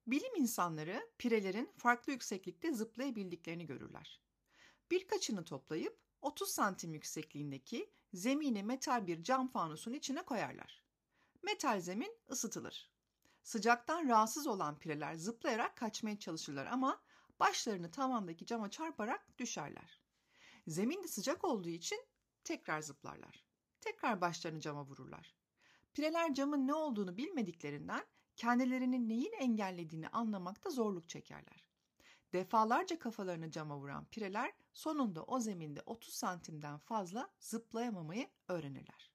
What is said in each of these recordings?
Bilim insanları pirelerin farklı yükseklikte zıplayabildiklerini görürler. Birkaçını toplayıp 30 santim yüksekliğindeki zemini metal bir cam fanusun içine koyarlar. Metal zemin ısıtılır. Sıcaktan rahatsız olan pireler zıplayarak kaçmaya çalışırlar ama başlarını tavandaki cama çarparak düşerler. Zemin de sıcak olduğu için tekrar zıplarlar. Tekrar başlarını cama vururlar. Pireler camın ne olduğunu bilmediklerinden kendilerinin neyin engellediğini anlamakta zorluk çekerler. Defalarca kafalarını cama vuran pireler sonunda o zeminde 30 santimden fazla zıplayamamayı öğrenirler.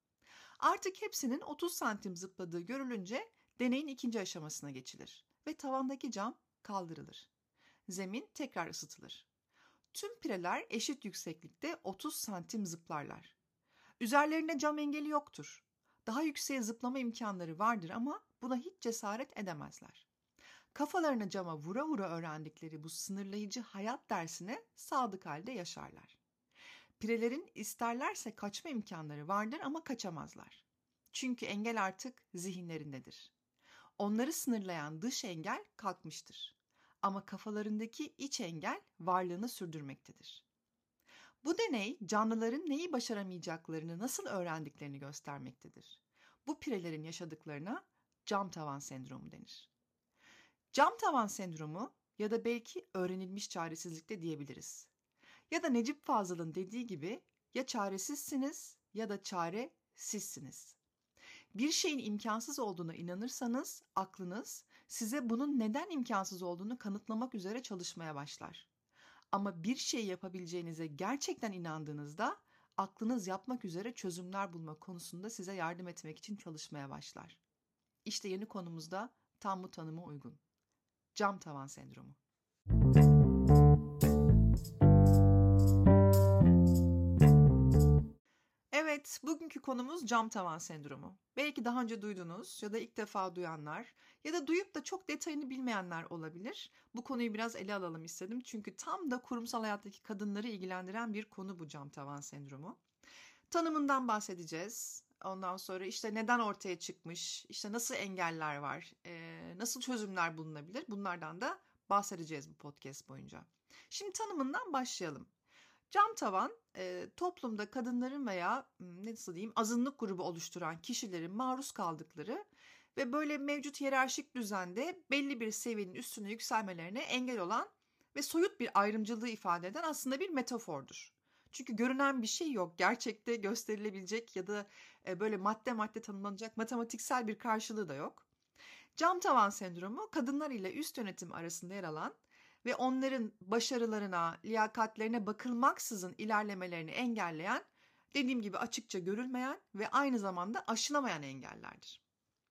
Artık hepsinin 30 santim zıpladığı görülünce deneyin ikinci aşamasına geçilir ve tavandaki cam kaldırılır. Zemin tekrar ısıtılır. Tüm pireler eşit yükseklikte 30 santim zıplarlar. Üzerlerinde cam engeli yoktur. Daha yükseğe zıplama imkanları vardır ama buna hiç cesaret edemezler. Kafalarını cama vura vura öğrendikleri bu sınırlayıcı hayat dersine sadık halde yaşarlar. Pirelerin isterlerse kaçma imkanları vardır ama kaçamazlar. Çünkü engel artık zihinlerindedir. Onları sınırlayan dış engel kalkmıştır. Ama kafalarındaki iç engel varlığını sürdürmektedir. Bu deney canlıların neyi başaramayacaklarını nasıl öğrendiklerini göstermektedir. Bu pirelerin yaşadıklarına cam tavan sendromu denir. Cam tavan sendromu ya da belki öğrenilmiş çaresizlik de diyebiliriz. Ya da Necip Fazıl'ın dediği gibi ya çaresizsiniz ya da çare sizsiniz. Bir şeyin imkansız olduğuna inanırsanız aklınız size bunun neden imkansız olduğunu kanıtlamak üzere çalışmaya başlar. Ama bir şey yapabileceğinize gerçekten inandığınızda aklınız yapmak üzere çözümler bulma konusunda size yardım etmek için çalışmaya başlar. İşte yeni konumuz da tam bu tanıma uygun. Cam tavan sendromu. Evet, bugünkü konumuz cam tavan sendromu. Belki daha önce duydunuz ya da ilk defa duyanlar ya da duyup da çok detayını bilmeyenler olabilir. Bu konuyu biraz ele alalım istedim. Çünkü tam da kurumsal hayattaki kadınları ilgilendiren bir konu bu cam tavan sendromu. Tanımından bahsedeceğiz. Ondan sonra işte neden ortaya çıkmış, işte nasıl engeller var, nasıl çözümler bulunabilir bunlardan da bahsedeceğiz bu podcast boyunca. Şimdi tanımından başlayalım. Cam tavan toplumda kadınların veya nasıl diyeyim azınlık grubu oluşturan kişilerin maruz kaldıkları ve böyle mevcut hiyerarşik düzende belli bir seviyenin üstüne yükselmelerine engel olan ve soyut bir ayrımcılığı ifade eden aslında bir metafordur. Çünkü görünen bir şey yok. Gerçekte gösterilebilecek ya da böyle madde madde tanımlanacak matematiksel bir karşılığı da yok. Cam tavan sendromu kadınlar ile üst yönetim arasında yer alan ve onların başarılarına, liyakatlerine bakılmaksızın ilerlemelerini engelleyen, dediğim gibi açıkça görülmeyen ve aynı zamanda aşılamayan engellerdir.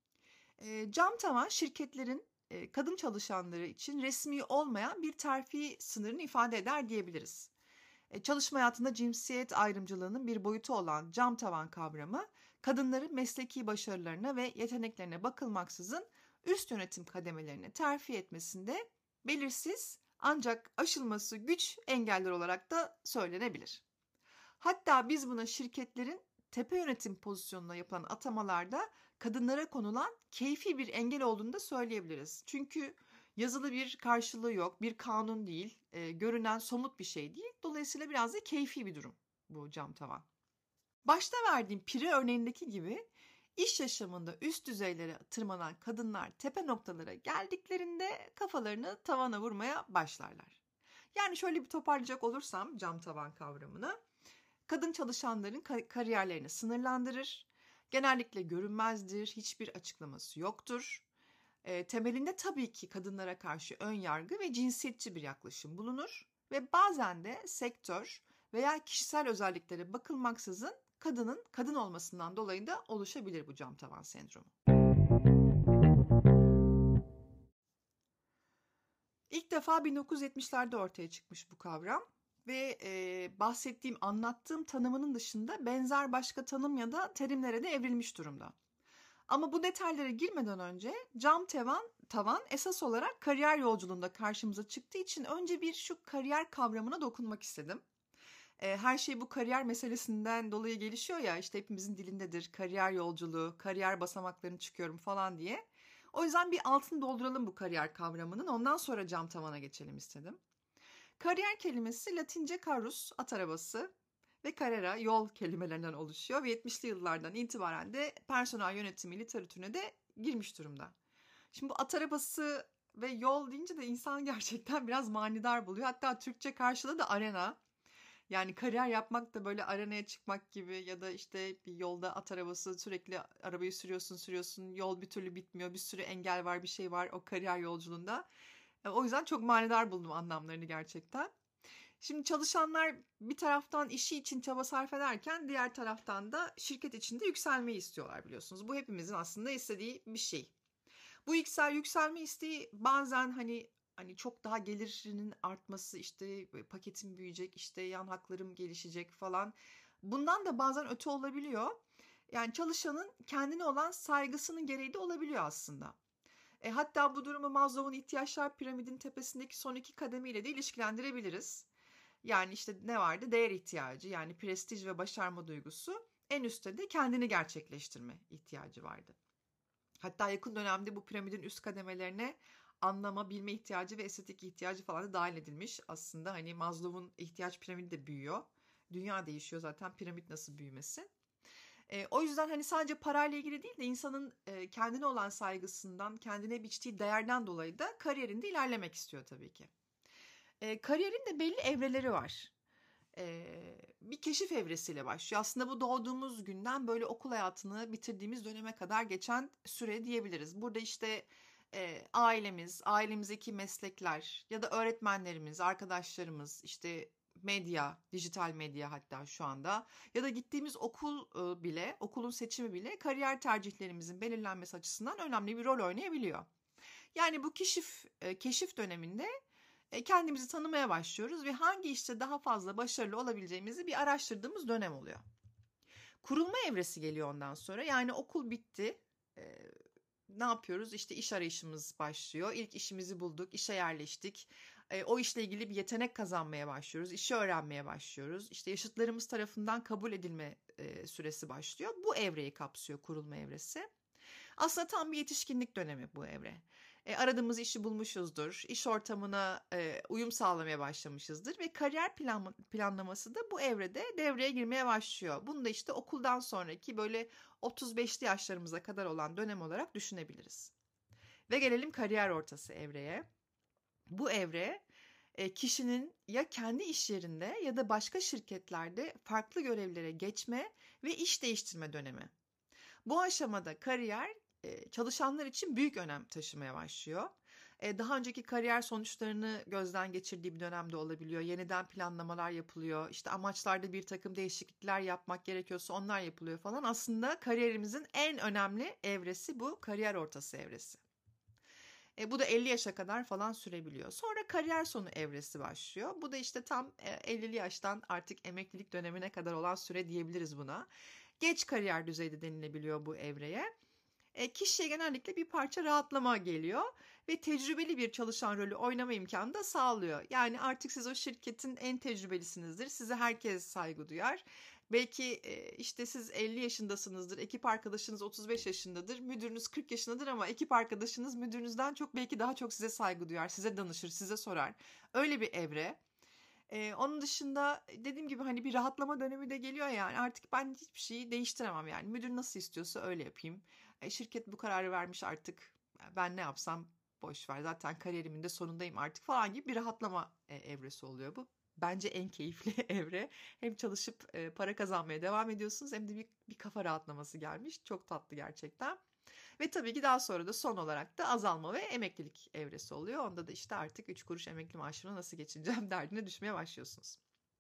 Cam tavan şirketlerin kadın çalışanları için resmi olmayan bir terfi sınırını ifade eder diyebiliriz. Çalışma hayatında cinsiyet ayrımcılığının bir boyutu olan cam tavan kavramı, kadınların mesleki başarılarına ve yeteneklerine bakılmaksızın üst yönetim kademelerine terfi etmesinde belirsiz ancak aşılması güç engeller olarak da söylenebilir. Hatta biz buna şirketlerin tepe yönetim pozisyonuna yapılan atamalarda kadınlara konulan keyfi bir engel olduğunu da söyleyebiliriz. Çünkü yazılı bir karşılığı yok, bir kanun değil, görünen somut bir şey değil. Dolayısıyla biraz da keyfi bir durum bu cam tavan. Başta verdiğim pire örneğindeki gibi iş yaşamında üst düzeylere tırmanan kadınlar tepe noktalara geldiklerinde kafalarını tavana vurmaya başlarlar. Yani şöyle bir toparlayacak olursam cam tavan kavramını, kadın çalışanların kariyerlerini sınırlandırır, genellikle görünmezdir, hiçbir açıklaması yoktur. Temelinde tabii ki kadınlara karşı ön yargı ve cinsiyetçi bir yaklaşım bulunur ve bazen de sektör veya kişisel özelliklere bakılmaksızın kadının kadın olmasından dolayı da oluşabilir bu cam tavan sendromu. İlk defa 1970'lerde ortaya çıkmış bu kavram ve bahsettiğim, anlattığım tanımının dışında benzer başka tanım ya da terimlere de evrilmiş durumda. Ama bu detaylara girmeden önce cam tavan esas olarak kariyer yolculuğunda karşımıza çıktığı için önce bir şu kariyer kavramına dokunmak istedim. Her şey bu kariyer meselesinden dolayı gelişiyor ya, işte hepimizin dilindedir kariyer yolculuğu, kariyer basamaklarını çıkıyorum falan diye. O yüzden bir altını dolduralım bu kariyer kavramının. Ondan sonra cam tavana geçelim istedim. Kariyer kelimesi Latince carrus, at arabası ve carrera, yol kelimelerinden oluşuyor ve 70'li yıllardan itibaren de personel yönetimi literatürüne de girmiş durumda. Şimdi bu at arabası ve yol deyince de insan gerçekten biraz manidar buluyor. Hatta Türkçe karşılığı da arena. Yani kariyer yapmak da böyle arenaya çıkmak gibi ya da işte bir yolda at arabası sürekli arabayı sürüyorsun yol bir türlü bitmiyor, bir sürü engel var, bir şey var o kariyer yolculuğunda. O yüzden çok manidar buldum anlamlarını gerçekten. Şimdi çalışanlar bir taraftan işi için çaba sarf ederken diğer taraftan da şirket içinde yükselmeyi istiyorlar biliyorsunuz. Bu hepimizin aslında istediği bir şey. Bu yükselme isteği bazen hani çok daha gelirinin artması, işte paketim büyüyecek, işte yan haklarım gelişecek falan. Bundan da bazen öte olabiliyor. Yani çalışanın kendine olan saygısının gereği de olabiliyor aslında. Hatta bu durumu Maslow'un ihtiyaçlar piramidinin tepesindeki son 2 kademiyle de ilişkilendirebiliriz. Yani işte ne vardı? Değer ihtiyacı, yani prestij ve başarma duygusu. En üstte de kendini gerçekleştirme ihtiyacı vardı. Hatta yakın dönemde bu piramidin üst kademelerine anlama, bilme ihtiyacı ve estetik ihtiyacı falan da dahil edilmiş. Aslında hani Maslow'un ihtiyaç piramidi de büyüyor. Dünya değişiyor, zaten piramit nasıl büyümesin? O yüzden hani sadece parayla ilgili değil de insanın kendine olan saygısından, kendine biçtiği değerden dolayı da kariyerinde ilerlemek istiyor tabii ki. Kariyerin de belli evreleri var. Bir keşif evresiyle başlıyor. Aslında bu doğduğumuz günden böyle okul hayatını bitirdiğimiz döneme kadar geçen süre diyebiliriz. Burada işte ailemizdeki meslekler ya da öğretmenlerimiz, arkadaşlarımız, işte medya, dijital medya hatta şu anda ya da gittiğimiz okul bile, okulun seçimi bile kariyer tercihlerimizin belirlenmesi açısından önemli bir rol oynayabiliyor. Yani bu keşif döneminde kendimizi tanımaya başlıyoruz ve hangi işte daha fazla başarılı olabileceğimizi bir araştırdığımız dönem oluyor. Kurulma evresi geliyor ondan sonra. Yani okul bitti. Ne yapıyoruz? İşte iş arayışımız başlıyor. İlk işimizi bulduk, işe yerleştik. O işle ilgili bir yetenek kazanmaya başlıyoruz, işi öğrenmeye başlıyoruz. İşte yaşıtlarımız tarafından kabul edilme süresi başlıyor. Bu evreyi kapsıyor kurulma evresi. Aslında tam bir yetişkinlik dönemi bu evre. Aradığımız işi bulmuşuzdur, iş ortamına uyum sağlamaya başlamışızdır ve kariyer planlaması da bu evrede devreye girmeye başlıyor. Bunu da işte okuldan sonraki böyle 35'li yaşlarımıza kadar olan dönem olarak düşünebiliriz. Ve gelelim kariyer ortası evreye. Bu evre kişinin ya kendi iş yerinde ya da başka şirketlerde farklı görevlere geçme ve iş değiştirme dönemi. Bu aşamada kariyer çalışanlar için büyük önem taşımaya başlıyor. Daha önceki kariyer sonuçlarını gözden geçirdiği bir dönemde olabiliyor. Yeniden planlamalar yapılıyor. İşte amaçlarda bir takım değişiklikler yapmak gerekiyorsa onlar yapılıyor falan. Aslında kariyerimizin en önemli evresi bu kariyer ortası evresi. Bu da 50 yaşa kadar falan sürebiliyor. Sonra kariyer sonu evresi başlıyor. Bu da işte tam 50'li yaştan artık emeklilik dönemine kadar olan süre diyebiliriz buna. Geç kariyer düzeyde denilebiliyor bu evreye. Kişiye genellikle bir parça rahatlama geliyor ve tecrübeli bir çalışan rolü oynama imkanı da sağlıyor. Yani artık siz o şirketin en tecrübelisinizdir. Size herkes saygı duyar. Belki işte siz 50 yaşındasınızdır, ekip arkadaşınız 35 yaşındadır, müdürünüz 40 yaşındadır ama ekip arkadaşınız müdürünüzden çok belki daha çok size saygı duyar, size danışır, size sorar. Öyle bir evre. Onun dışında dediğim gibi hani bir rahatlama dönemi de geliyor yani artık ben hiçbir şeyi değiştiremem yani müdür nasıl istiyorsa öyle yapayım. Şirket bu kararı vermiş artık ben ne yapsam boş ver zaten kariyerimin de sonundayım artık falan gibi bir rahatlama evresi oluyor bu. Bence en keyifli evre. Hem çalışıp para kazanmaya devam ediyorsunuz hem de bir kafa rahatlaması gelmiş. Çok tatlı gerçekten. Ve tabii ki daha sonra da son olarak da azalma ve emeklilik evresi oluyor. Onda da işte artık 3 kuruş emekli maaşına nasıl geçineceğim derdine düşmeye başlıyorsunuz.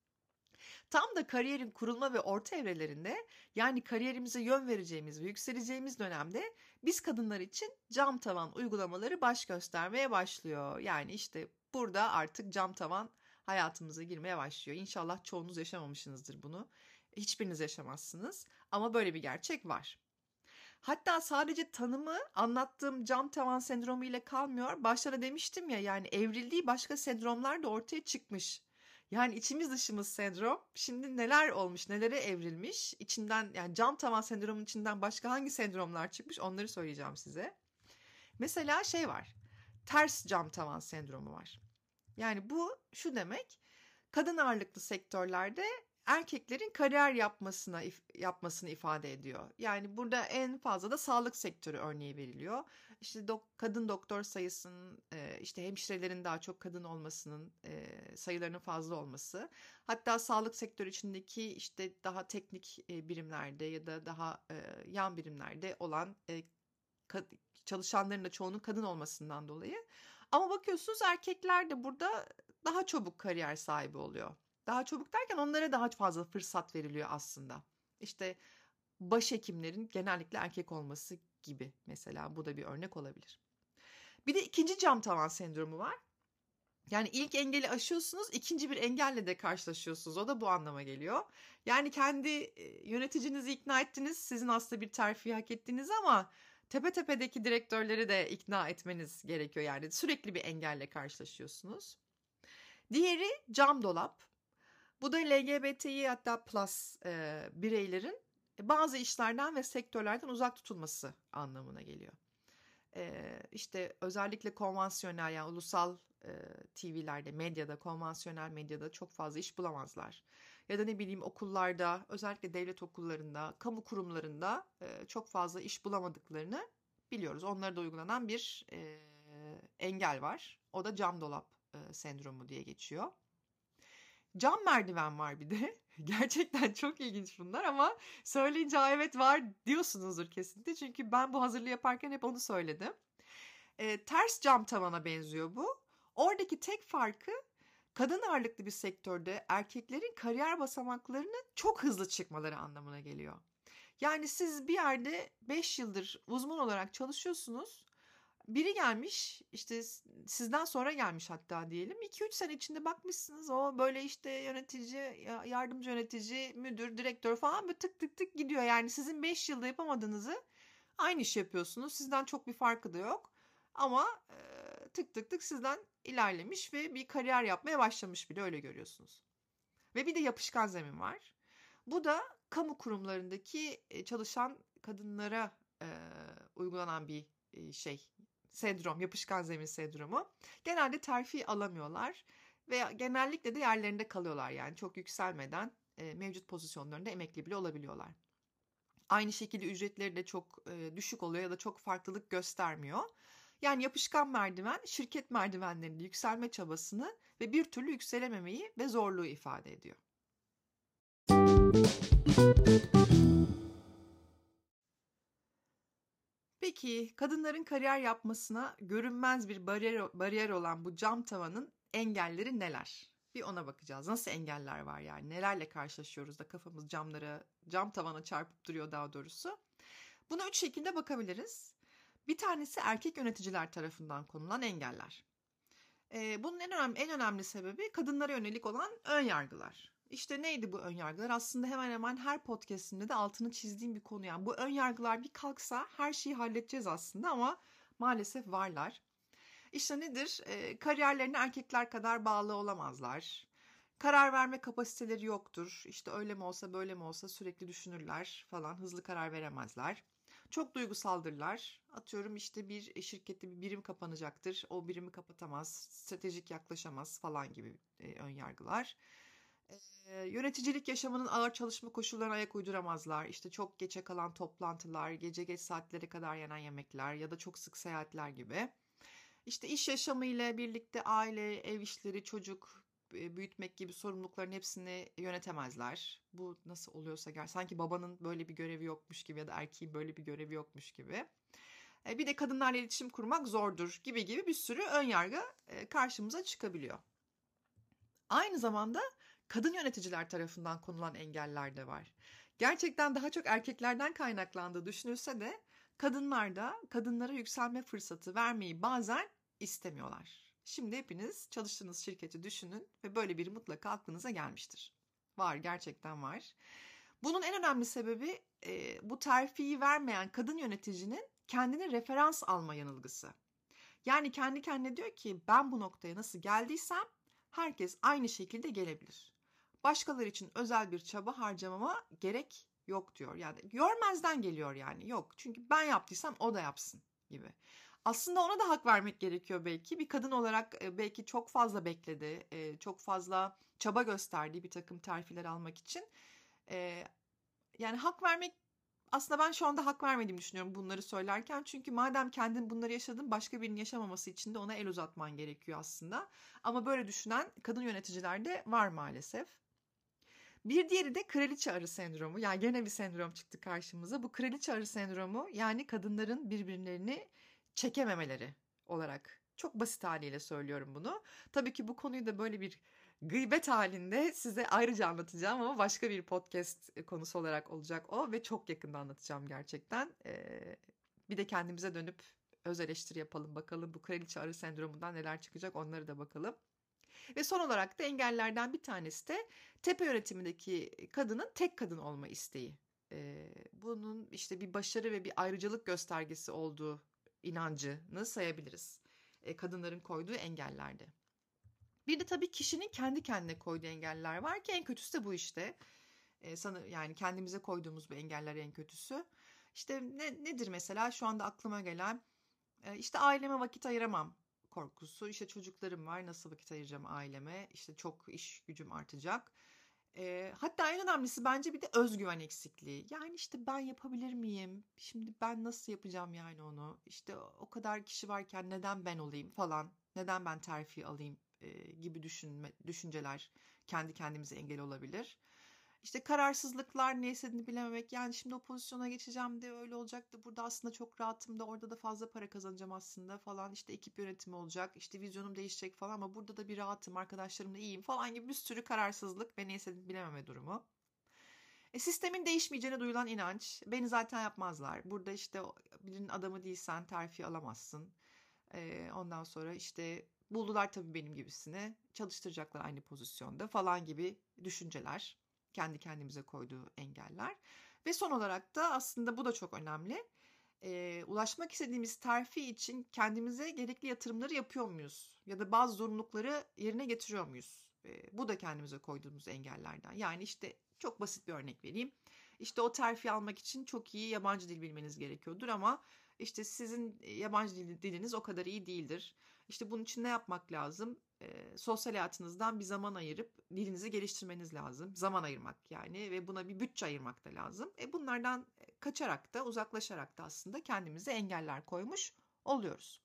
Tam da kariyerin kurulma ve orta evrelerinde yani kariyerimize yön vereceğimiz ve yükseleceğimiz dönemde biz kadınlar için cam tavan uygulamaları baş göstermeye başlıyor. Yani işte burada artık cam tavan hayatımıza girmeye başlıyor. İnşallah çoğunuz yaşamamışsınızdır bunu. Hiçbiriniz yaşamazsınız ama böyle bir gerçek var. Hatta sadece tanımı anlattığım cam tavan sendromu ile kalmıyor. Başta da demiştim ya yani evrildiği başka sendromlar da ortaya çıkmış. Yani içimiz dışımız sendrom. Şimdi neler olmuş, nelere evrilmiş? İçinden yani cam tavan sendromunun içinden başka hangi sendromlar çıkmış onları söyleyeceğim size. Mesela şey var. Ters cam tavan sendromu var. Yani bu şu demek. Kadın ağırlıklı sektörlerde erkeklerin kariyer yapmasını ifade ediyor. Yani burada en fazla da sağlık sektörü örneği veriliyor. İşte kadın doktor sayısının, işte hemşirelerin daha çok kadın olmasının, sayılarının fazla olması. Hatta sağlık sektörü içindeki işte daha teknik birimlerde ya da daha yan birimlerde olan çalışanların da çoğunun kadın olmasından dolayı. Ama bakıyorsunuz erkekler de burada daha çabuk kariyer sahibi oluyor. Daha çabuk derken onlara daha fazla fırsat veriliyor aslında. İşte başhekimlerin genellikle erkek olması gibi mesela bu da bir örnek olabilir. Bir de ikinci cam tavan sendromu var. Yani ilk engeli aşıyorsunuz, ikinci bir engelle de karşılaşıyorsunuz. O da bu anlama geliyor. Yani kendi yöneticinizi ikna ettiniz, sizin aslında bir terfi hak ettiğiniz ama tepedeki direktörleri de ikna etmeniz gerekiyor. Yani sürekli bir engelle karşılaşıyorsunuz. Diğeri cam dolap. Bu da LGBTİ hatta plus bireylerin bazı işlerden ve sektörlerden uzak tutulması anlamına geliyor. İşte özellikle konvansiyonel yani ulusal TV'lerde, medyada, konvansiyonel medyada çok fazla iş bulamazlar. Ya da ne bileyim okullarda, özellikle devlet okullarında, kamu kurumlarında çok fazla iş bulamadıklarını biliyoruz. Onlara da uygulanan bir engel var. O da cam dolap sendromu diye geçiyor. Cam merdiven var bir de. Gerçekten çok ilginç bunlar ama söyleyince evet var diyorsunuzdur kesinlikle. Çünkü ben bu hazırlığı yaparken hep onu söyledim. Ters cam tavana benziyor bu. Oradaki tek farkı kadın ağırlıklı bir sektörde erkeklerin kariyer basamaklarını çok hızlı çıkmaları anlamına geliyor. Yani siz bir yerde 5 yıldır uzman olarak çalışıyorsunuz. Biri gelmiş işte sizden sonra gelmiş hatta diyelim 2-3 sene içinde bakmışsınız o böyle işte yönetici, yardımcı yönetici, müdür, direktör falan böyle tık tık tık gidiyor. Yani sizin 5 yılda yapamadığınızı aynı iş yapıyorsunuz. Sizden çok bir farkı da yok. Ama tık tık tık sizden ilerlemiş ve bir kariyer yapmaya başlamış bile öyle görüyorsunuz. Ve bir de yapışkan zemin var. Bu da kamu kurumlarındaki çalışan kadınlara uygulanan bir şey sendrom, yapışkan zemin sendromu. Genelde terfi alamıyorlar ve genellikle de yerlerinde kalıyorlar yani çok yükselmeden mevcut pozisyonlarında emekli bile olabiliyorlar. Aynı şekilde ücretleri de çok düşük oluyor ya da çok farklılık göstermiyor. Yani yapışkan merdiven şirket merdivenlerinde yükselme çabasını ve bir türlü yükselememeyi ve zorluğu ifade ediyor. Peki kadınların kariyer yapmasına görünmez bir bariyer olan bu cam tavanın engelleri neler? Bir ona bakacağız. Nasıl engeller var yani? Nelerle karşılaşıyoruz da kafamız cam tavana çarpıp duruyor daha doğrusu. Buna 3 şekilde bakabiliriz. Bir tanesi erkek yöneticiler tarafından konulan engeller. Bunun en önemli sebebi kadınlara yönelik olan ön yargılar. İşte neydi bu ön yargılar? Aslında hemen hemen her podcastimde de altını çizdiğim bir konu. Yani bu ön yargılar bir kalksa her şeyi halledeceğiz aslında ama maalesef varlar. İşte nedir? Kariyerlerine erkekler kadar bağlı olamazlar. Karar verme kapasiteleri yoktur. İşte öyle mi olsa böyle mi olsa sürekli düşünürler falan. Hızlı karar veremezler. Çok duygusaldırlar. Atıyorum işte bir şirkette bir birim kapanacaktır. O birimi kapatamaz, stratejik yaklaşamaz falan gibi ön yargılar. Yöneticilik yaşamının ağır çalışma koşullarına ayak uyduramazlar. İşte çok geçe kalan toplantılar, gece geç saatlere kadar yenen yemekler ya da çok sık seyahatler gibi. İşte iş yaşamı ile birlikte aile, ev işleri, çocuk büyütmek gibi sorumlulukların hepsini yönetemezler. Bu nasıl oluyorsa sanki babanın böyle bir görevi yokmuş gibi ya da erkeğin böyle bir görevi yokmuş gibi. Bir de kadınlarla iletişim kurmak zordur gibi bir sürü ön yargı karşımıza çıkabiliyor. Aynı zamanda kadın yöneticiler tarafından konulan engeller de var. Gerçekten daha çok erkeklerden kaynaklandığı düşünülse de kadınlar da kadınlara yükselme fırsatı vermeyi bazen istemiyorlar. Şimdi hepiniz çalıştığınız şirketi düşünün ve böyle biri mutlaka aklınıza gelmiştir. Var, gerçekten var. Bunun en önemli sebebi bu terfiyi vermeyen kadın yöneticinin kendine referans alma yanılgısı. Yani kendi kendine diyor ki ben bu noktaya nasıl geldiysem herkes aynı şekilde gelebilir. Başkaları için özel bir çaba harcamama gerek yok diyor. Yani görmezden geliyor yani yok. Çünkü ben yaptıysam o da yapsın gibi. Aslında ona da hak vermek gerekiyor belki. Bir kadın olarak belki çok fazla bekledi, çok fazla çaba gösterdi bir takım terfiler almak için. E, Yani hak vermek, aslında ben şu anda hak vermediğimi düşünüyorum bunları söylerken. Çünkü madem kendin bunları yaşadın, başka birinin yaşamaması için de ona el uzatman gerekiyor aslında. Ama böyle düşünen kadın yöneticiler de var maalesef. Bir diğeri de kraliçe arı sendromu. Yani gene bir sendrom çıktı karşımıza. Bu kraliçe arı sendromu, yani kadınların birbirlerini çekememeleri olarak. Çok basit haliyle söylüyorum bunu. Tabii ki bu konuyu da böyle bir gıybet halinde size ayrıca anlatacağım ama başka bir podcast konusu olarak olacak o ve çok yakında anlatacağım gerçekten. Bir de kendimize dönüp öz eleştiri yapalım, bakalım bu kraliçe arı sendromundan neler çıkacak, onları da bakalım. Ve son olarak da engellerden bir tanesi de tepe yönetimindeki kadının tek kadın olma isteği. Bunun işte bir başarı ve bir ayrıcalık göstergesi olduğu inancını sayabiliriz. Kadınların koyduğu engellerde. Bir de tabii kişinin kendi kendine koyduğu engeller var ki en kötüsü de bu işte. Yani kendimize koyduğumuz bu engeller en kötüsü. İşte nedir mesela şu anda aklıma gelen? İşte aileme vakit ayıramam korkusu. İşte çocuklarım var, nasıl vakit ayıracağım aileme? İşte çok iş gücüm artacak. Hatta en önemlisi bence bir de özgüven eksikliği. Yani işte ben yapabilir miyim? Şimdi ben nasıl yapacağım yani onu? İşte o kadar kişi varken neden ben olayım falan? Neden ben terfi alayım gibi düşünceler kendi kendimize engel olabilir. İşte kararsızlıklar, ne istediğini bilememek. Yani şimdi o pozisyona geçeceğim de öyle olacaktı. Burada aslında çok rahatım da orada da fazla para kazanacağım aslında falan. İşte ekip yönetimi olacak. İşte vizyonum değişecek falan ama burada da bir rahatım. Arkadaşlarımla iyiyim falan gibi bir sürü kararsızlık ve ne istediğini bilememe durumu. Sistemin değişmeyeceğine duyulan inanç. Beni zaten yapmazlar. Burada işte birinin adamı değilsen terfi alamazsın. Ondan sonra işte buldular tabii benim gibisini. Çalıştıracaklar aynı pozisyonda falan gibi düşünceler. Kendi kendimize koyduğu engeller. Ve son olarak da aslında bu da çok önemli. Ulaşmak istediğimiz terfi için kendimize gerekli yatırımları yapıyor muyuz? Ya da bazı zorunlulukları yerine getiriyor muyuz? Bu da kendimize koyduğumuz engellerden. Yani işte çok basit bir örnek vereyim. İşte o terfi almak için çok iyi yabancı dil bilmeniz gerekiyordur ama işte sizin yabancı diliniz o kadar iyi değildir. İşte bunun için ne yapmak lazım? Sosyal hayatınızdan bir zaman ayırıp dilinizi geliştirmeniz lazım. Zaman ayırmak yani ve buna bir bütçe ayırmak da lazım. Bunlardan kaçarak da uzaklaşarak da aslında kendimize engeller koymuş oluyoruz.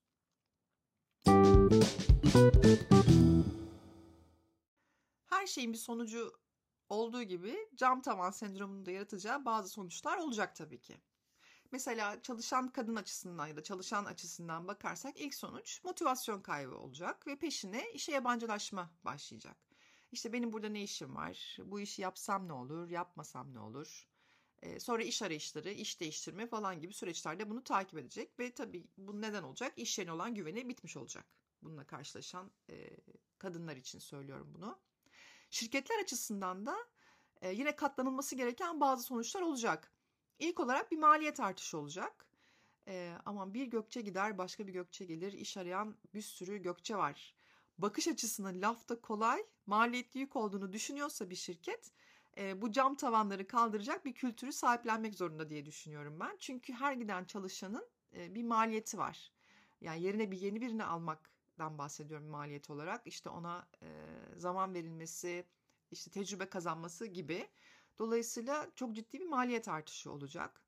Her şeyin bir sonucu olduğu gibi cam tavan sendromunun da yaratacağı bazı sonuçlar olacak tabii ki. Mesela çalışan kadın açısından ya da çalışan açısından bakarsak ilk sonuç motivasyon kaybı olacak ve peşine işe yabancılaşma başlayacak. İşte benim burada ne işim var? Bu işi yapsam ne olur? Yapmasam ne olur? Sonra iş arayışları, iş değiştirme falan gibi süreçlerde bunu takip edecek ve tabii bu neden olacak? İş yerine olan güveni bitmiş olacak. Bununla karşılaşan kadınlar için söylüyorum bunu. Şirketler açısından da yine katlanılması gereken bazı sonuçlar olacak. İlk olarak bir maliyet artışı olacak. Aman bir Gökçe gider başka bir Gökçe gelir. İş arayan bir sürü Gökçe var. Bakış açısının lafta kolay, maliyetli yük olduğunu düşünüyorsa bir şirket bu cam tavanları kaldıracak bir kültürü sahiplenmek zorunda diye düşünüyorum ben. Çünkü her giden çalışanın bir maliyeti var. Yani yerine bir yeni birini almaktan bahsediyorum maliyet olarak. İşte ona zaman verilmesi, işte tecrübe kazanması gibi. Dolayısıyla çok ciddi bir maliyet artışı olacak.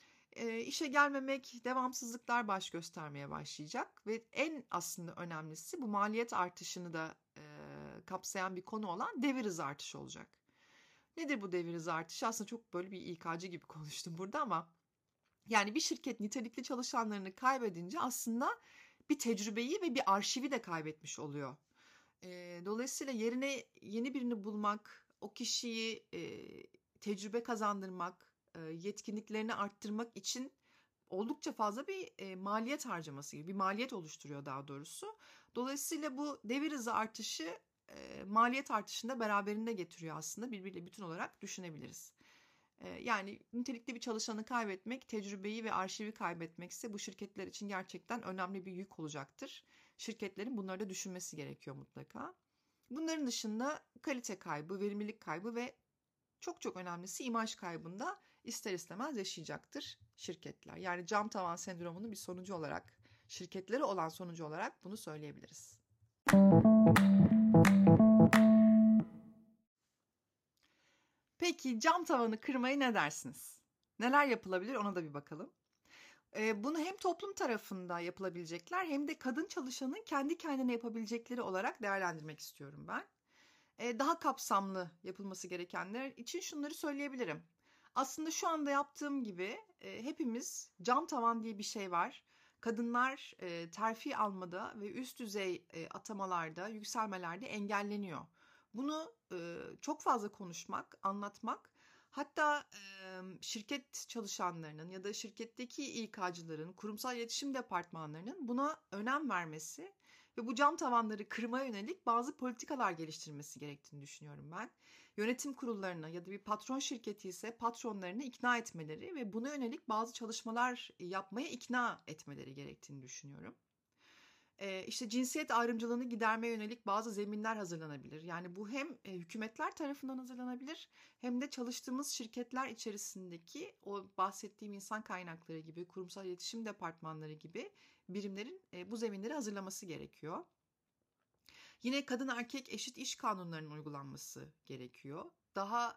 İşe gelmemek, devamsızlıklar baş göstermeye başlayacak ve en aslında önemlisi bu maliyet artışını da kapsayan bir konu olan devir hızı artışı olacak. Nedir bu devir hızı artışı? Aslında çok böyle bir İK'cı gibi konuştum burada ama yani bir şirket nitelikli çalışanlarını kaybedince aslında bir tecrübeyi ve bir arşivi de kaybetmiş oluyor. Dolayısıyla yerine yeni birini bulmak, o kişiyi tecrübe kazandırmak, yetkinliklerini arttırmak için oldukça fazla bir maliyet harcaması gibi bir maliyet oluşturuyor daha doğrusu. Dolayısıyla bu devir hızı artışı maliyet artışını da beraberinde getiriyor aslında birbiriyle bütün olarak düşünebiliriz. Yani nitelikli bir çalışanı kaybetmek, tecrübeyi ve arşivi kaybetmekse bu şirketler için gerçekten önemli bir yük olacaktır. Şirketlerin bunları da düşünmesi gerekiyor mutlaka. Bunların dışında kalite kaybı, verimlilik kaybı ve çok çok önemlisi imaj kaybında ister istemez yaşayacaktır şirketler. Yani cam tavan sendromunun bir sonucu olarak şirketleri olan sonucu olarak bunu söyleyebiliriz. Peki cam tavanı kırmaya ne dersiniz? Neler yapılabilir ona da bir bakalım. Bunu hem toplum tarafında yapılabilecekler hem de kadın çalışanın kendi kendine yapabilecekleri olarak değerlendirmek istiyorum ben. Daha kapsamlı yapılması gerekenler için şunları söyleyebilirim. Aslında şu anda yaptığım gibi hepimiz cam tavan diye bir şey var. Kadınlar terfi almada ve üst düzey atamalarda, yükselmelerde engelleniyor. Bunu çok fazla konuşmak, anlatmak, hatta şirket çalışanlarının ya da şirketteki İK'cıların, kurumsal iletişim departmanlarının buna önem vermesi ve bu cam tavanları kırmaya yönelik bazı politikalar geliştirmesi gerektiğini düşünüyorum ben. Yönetim kurullarına ya da bir patron şirketi ise patronlarını ikna etmeleri ve buna yönelik bazı çalışmalar yapmaya ikna etmeleri gerektiğini düşünüyorum. İşte cinsiyet ayrımcılığını gidermeye yönelik bazı zeminler hazırlanabilir. Yani bu hem hükümetler tarafından hazırlanabilir hem de çalıştığımız şirketler içerisindeki o bahsettiğim insan kaynakları gibi, kurumsal iletişim departmanları gibi birimlerin bu zeminleri hazırlaması gerekiyor. Yine kadın erkek eşit iş kanunlarının uygulanması gerekiyor. Daha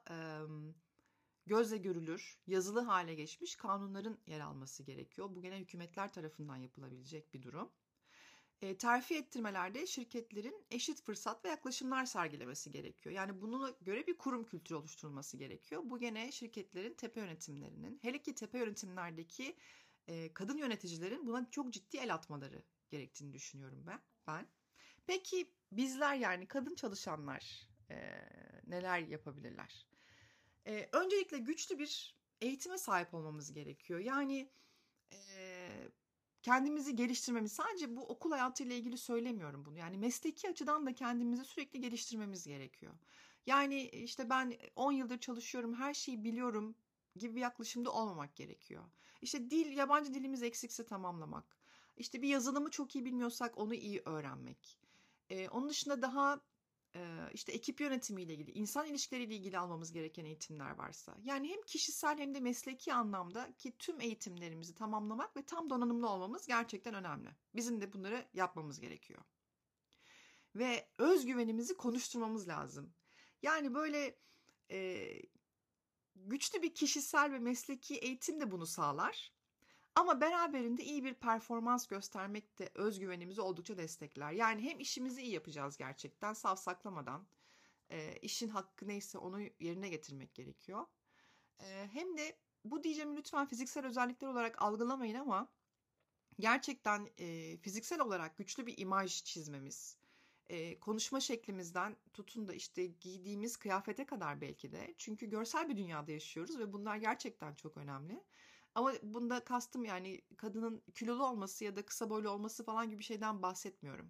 gözle görülür, yazılı hale geçmiş kanunların yer alması gerekiyor. Bu gene hükümetler tarafından yapılabilecek bir durum. Terfi ettirmelerde şirketlerin eşit fırsat ve yaklaşımlar sergilemesi gerekiyor. Yani buna göre bir kurum kültürü oluşturulması gerekiyor. Bu gene şirketlerin tepe yönetimlerinin, hele ki tepe yönetimlerdeki kadın yöneticilerin buna çok ciddi el atmaları gerektiğini düşünüyorum ben. Peki bizler yani kadın çalışanlar neler yapabilirler? Öncelikle güçlü bir eğitime sahip olmamız gerekiyor. Yani kendimizi geliştirmemiz, sadece bu okul hayatıyla ilgili söylemiyorum bunu. Yani mesleki açıdan da kendimizi sürekli geliştirmemiz gerekiyor. Yani işte ben 10 yıldır çalışıyorum, her şeyi biliyorum gibi bir yaklaşımda olmamak gerekiyor. İşte yabancı dilimiz eksikse tamamlamak. İşte bir yazılımı çok iyi bilmiyorsak onu iyi öğrenmek. Onun dışında daha işte ekip yönetimiyle ilgili, insan ilişkileriyle ilgili almamız gereken eğitimler varsa. Yani hem kişisel hem de mesleki anlamda ki tüm eğitimlerimizi tamamlamak ve tam donanımlı olmamız gerçekten önemli. Bizim de bunları yapmamız gerekiyor. Ve özgüvenimizi konuşturmamız lazım. Yani böyle e, güçlü bir kişisel ve mesleki eğitim de bunu sağlar. Ama beraberinde iyi bir performans göstermek de özgüvenimizi oldukça destekler. Yani hem işimizi iyi yapacağız gerçekten savsaklamadan. İşin hakkı neyse onu yerine getirmek gerekiyor. Hem de bu diyeceğimi lütfen fiziksel özellikler olarak algılamayın ama gerçekten fiziksel olarak güçlü bir imaj çizmemiz, konuşma şeklimizden tutun da işte giydiğimiz kıyafete kadar belki de. Çünkü görsel bir dünyada yaşıyoruz ve bunlar gerçekten çok önemli. Ama bunda kastım yani kadının kilolu olması ya da kısa boylu olması falan gibi bir şeyden bahsetmiyorum.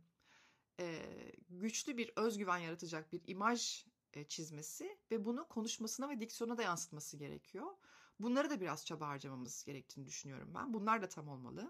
Güçlü bir özgüven yaratacak bir imaj çizmesi ve bunu konuşmasına ve diksiyona da yansıtması gerekiyor. Bunları da biraz çaba harcamamız gerektiğini düşünüyorum ben. Bunlar da tam olmalı.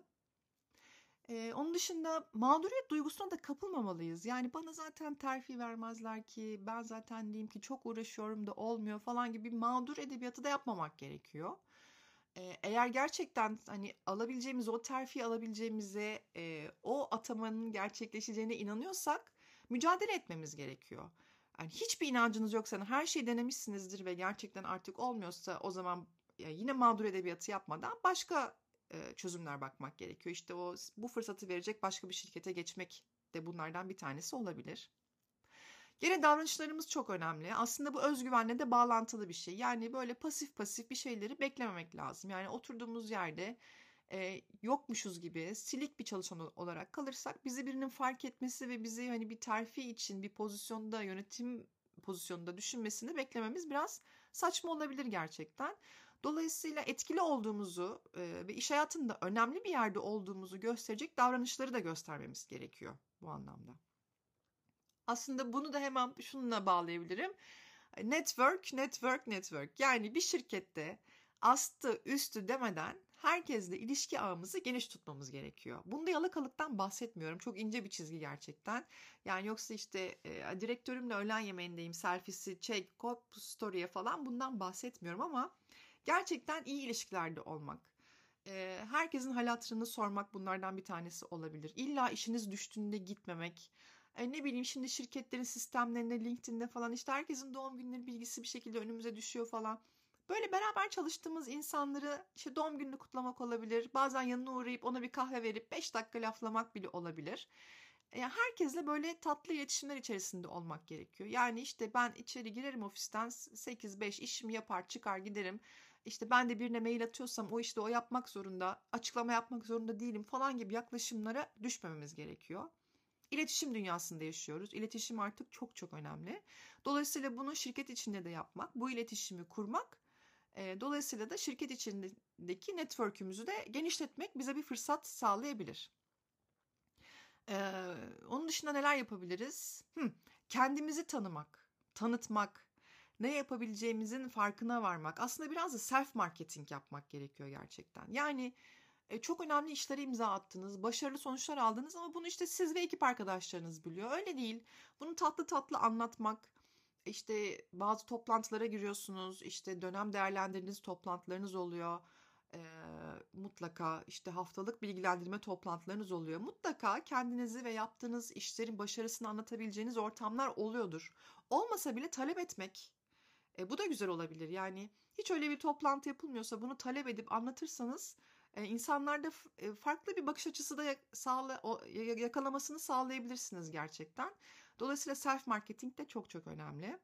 Onun dışında mağduriyet duygusuna da kapılmamalıyız. Yani bana zaten terfi vermezler ki, ben zaten diyeyim ki çok uğraşıyorum da olmuyor falan gibi bir mağdur edebiyatı da yapmamak gerekiyor. Eğer gerçekten hani alabileceğimiz o terfi alabileceğimize, o atamanın gerçekleşeceğine inanıyorsak mücadele etmemiz gerekiyor. Yani hiçbir inancınız yoksa, her şeyi denemişsinizdir ve gerçekten artık olmuyorsa o zaman yine mağdur edebiyatı yapmadan başka çözümler bakmak gerekiyor. İşte bu fırsatı verecek başka bir şirkete geçmek de bunlardan bir tanesi olabilir. Gene davranışlarımız çok önemli. Aslında bu özgüvenle de bağlantılı bir şey. Yani böyle pasif pasif bir şeyleri beklememek lazım. Yani oturduğumuz yerde yokmuşuz gibi silik bir çalışan olarak kalırsak bizi birinin fark etmesi ve bizi hani bir terfi için bir pozisyonda, yönetim pozisyonunda düşünmesini beklememiz biraz saçma olabilir gerçekten. Dolayısıyla etkili olduğumuzu ve iş hayatında önemli bir yerde olduğumuzu gösterecek davranışları da göstermemiz gerekiyor bu anlamda. Aslında bunu da hemen şununla bağlayabilirim. Network, network, network. Yani bir şirkette astı, üstü demeden herkesle ilişki ağımızı geniş tutmamız gerekiyor. Bunda yalakalıktan bahsetmiyorum. Çok ince bir çizgi gerçekten. Yani yoksa işte direktörümle öğlen yemeğindeyim, selfiesi çek, kop story'e falan bundan bahsetmiyorum ama gerçekten iyi ilişkilerde olmak. Herkesin hal hatırını sormak bunlardan bir tanesi olabilir. İlla işiniz düştüğünde gitmemek. Ne bileyim şimdi şirketlerin sistemlerinde, LinkedIn'de falan işte herkesin doğum günleri bilgisi bir şekilde önümüze düşüyor falan. Böyle beraber çalıştığımız insanları işte doğum gününü kutlamak olabilir. Bazen yanına uğrayıp ona bir kahve verip 5 dakika laflamak bile olabilir. Yani herkesle böyle tatlı iletişimler içerisinde olmak gerekiyor. Yani işte ben içeri girerim ofisten 8-5 işimi yapar çıkar giderim. İşte ben de birine mail atıyorsam o işte o yapmak zorunda, açıklama yapmak zorunda değilim falan gibi yaklaşımlara düşmememiz gerekiyor. İletişim dünyasında yaşıyoruz. İletişim artık çok çok önemli. Dolayısıyla bunu şirket içinde de yapmak, bu iletişimi kurmak, dolayısıyla da şirket içindeki network'ümüzü de genişletmek bize bir fırsat sağlayabilir. Onun dışında neler yapabiliriz? Kendimizi tanımak, tanıtmak, ne yapabileceğimizin farkına varmak. Aslında biraz da self marketing yapmak gerekiyor gerçekten. Yani çok önemli işlere imza attınız, başarılı sonuçlar aldınız ama bunu işte siz ve ekip arkadaşlarınız biliyor. Öyle değil. Bunu tatlı tatlı anlatmak. İşte bazı toplantılara giriyorsunuz, işte dönem değerlendirdiğiniz toplantılarınız oluyor. Mutlaka işte haftalık bilgilendirme toplantılarınız oluyor. Mutlaka kendinizi ve yaptığınız işlerin başarısını anlatabileceğiniz ortamlar oluyordur. Olmasa bile talep etmek, bu da güzel olabilir. Yani hiç öyle bir toplantı yapılmıyorsa bunu talep edip anlatırsanız insanlarda farklı bir bakış açısı da yakalamasını sağlayabilirsiniz gerçekten. Dolayısıyla self marketing de çok çok önemli.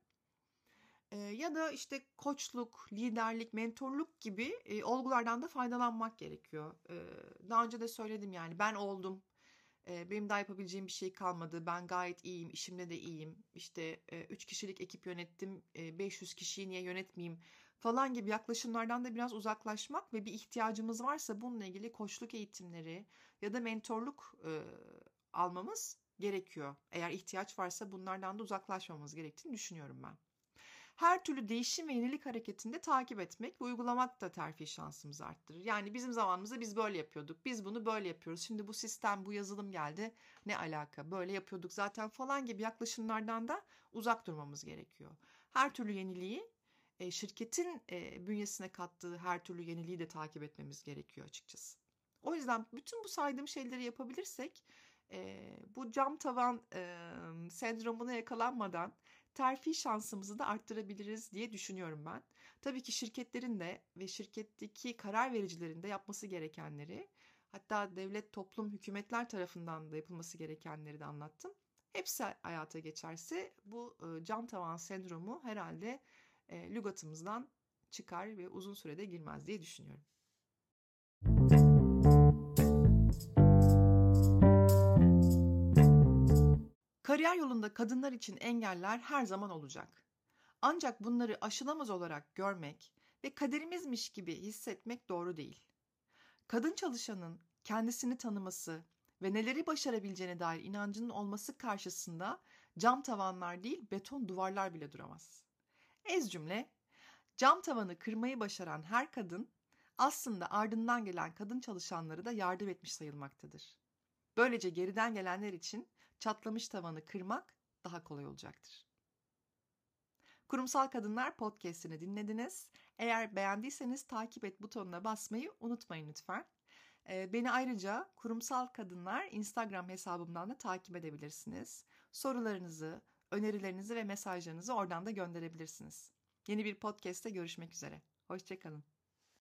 Ya da işte koçluk, liderlik, mentorluk gibi olgulardan da faydalanmak gerekiyor. Daha önce de söyledim yani ben oldum. Benim daha yapabileceğim bir şey kalmadı. Ben gayet iyiyim, işimde de iyiyim. İşte 3 kişilik ekip yönettim, 500 kişiyi niye yönetmeyeyim falan gibi yaklaşımlardan da biraz uzaklaşmak ve bir ihtiyacımız varsa bununla ilgili koçluk eğitimleri ya da mentorluk almamız gerekiyor. Eğer ihtiyaç varsa bunlardan da uzaklaşmamamız gerektiğini düşünüyorum ben. Her türlü değişim ve yenilik hareketinde takip etmek ve uygulamak da terfi şansımızı arttırır. Yani bizim zamanımızda biz böyle yapıyorduk. Biz bunu böyle yapıyoruz. Şimdi bu sistem, bu yazılım geldi. Ne alaka? Böyle yapıyorduk zaten falan gibi yaklaşımlardan da uzak durmamız gerekiyor. Her türlü yeniliği, şirketin bünyesine kattığı her türlü yeniliği de takip etmemiz gerekiyor açıkçası. O yüzden bütün bu saydığım şeyleri yapabilirsek bu cam tavan sendromuna yakalanmadan terfi şansımızı da arttırabiliriz diye düşünüyorum ben. Tabii ki şirketlerin de ve şirketteki karar vericilerin de yapması gerekenleri, hatta devlet, toplum, hükümetler tarafından da yapılması gerekenleri de anlattım. Hepsi hayata geçerse bu cam tavan sendromu herhalde lügatımızdan çıkar ve uzun sürede girmez diye düşünüyorum. Kariyer yolunda kadınlar için engeller her zaman olacak. Ancak bunları aşılamaz olarak görmek ve kaderimizmiş gibi hissetmek doğru değil. Kadın çalışanın kendisini tanıması ve neleri başarabileceğine dair inancının olması karşısında cam tavanlar değil beton duvarlar bile duramaz. Ez cümle, cam tavanı kırmayı başaran her kadın aslında ardından gelen kadın çalışanları da yardım etmiş sayılmaktadır. Böylece geriden gelenler için çatlamış tavanı kırmak daha kolay olacaktır. Kurumsal Kadınlar Podcast'ini dinlediniz. Eğer beğendiyseniz takip et butonuna basmayı unutmayın lütfen. Beni ayrıca Kurumsal Kadınlar Instagram hesabımdan da takip edebilirsiniz. Sorularınızı, önerilerinizi ve mesajlarınızı oradan da gönderebilirsiniz. Yeni bir podcast'te görüşmek üzere. Hoşça kalın.